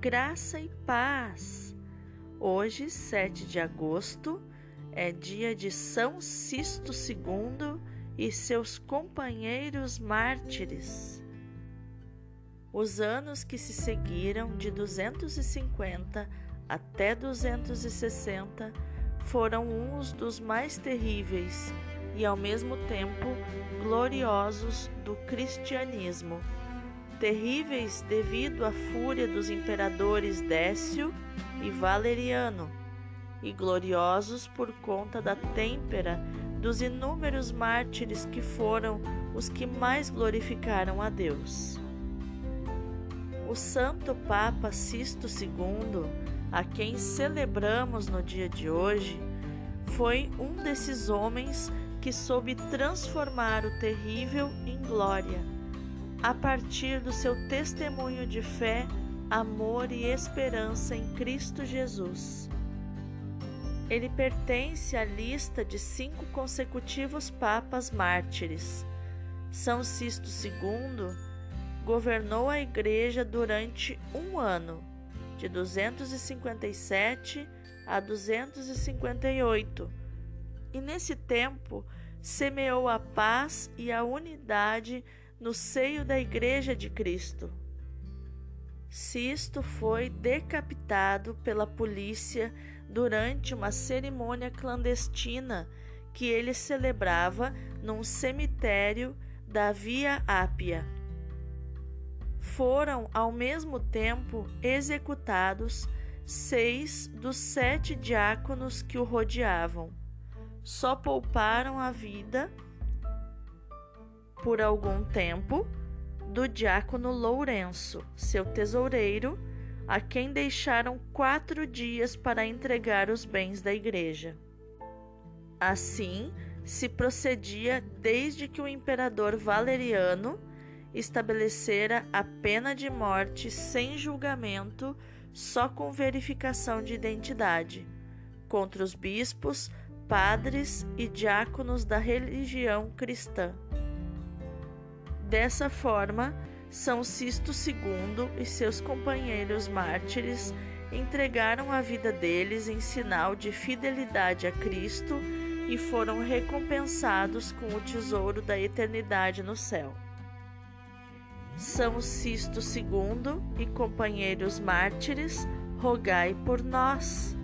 Graça e paz! Hoje, 7 de agosto, é dia de São Sisto II e seus companheiros mártires. Os anos que se seguiram, de 250 até 260, foram uns dos mais terríveis e, ao mesmo tempo, gloriosos do cristianismo. Terríveis devido à fúria dos imperadores Décio e Valeriano, e gloriosos por conta da têmpera dos inúmeros mártires que foram os que mais glorificaram a Deus. O Santo Papa Sisto II, a quem celebramos no dia de hoje, foi um desses homens que soube transformar o terrível em glória, a partir do seu testemunho de fé, amor e esperança em Cristo Jesus. Ele pertence à lista de 5 consecutivos papas mártires. São Sisto II governou a Igreja durante um ano, de 257 a 258, e nesse tempo semeou a paz e a unidade no seio da Igreja de Cristo. Sisto foi decapitado pela polícia durante uma cerimônia clandestina que ele celebrava num cemitério da Via Ápia. Foram, ao mesmo tempo, executados 6 dos 7 diáconos que o rodeavam. Só pouparam a vida, por algum tempo, do diácono Lourenço, seu tesoureiro, a quem deixaram 4 dias para entregar os bens da igreja. Assim se procedia desde que o imperador Valeriano estabelecera a pena de morte sem julgamento, só com verificação de identidade, contra os bispos, padres e diáconos da religião cristã. Dessa forma, São Sisto II e seus companheiros mártires entregaram a vida deles em sinal de fidelidade a Cristo e foram recompensados com o tesouro da eternidade no céu. São Sisto II e companheiros mártires, rogai por nós.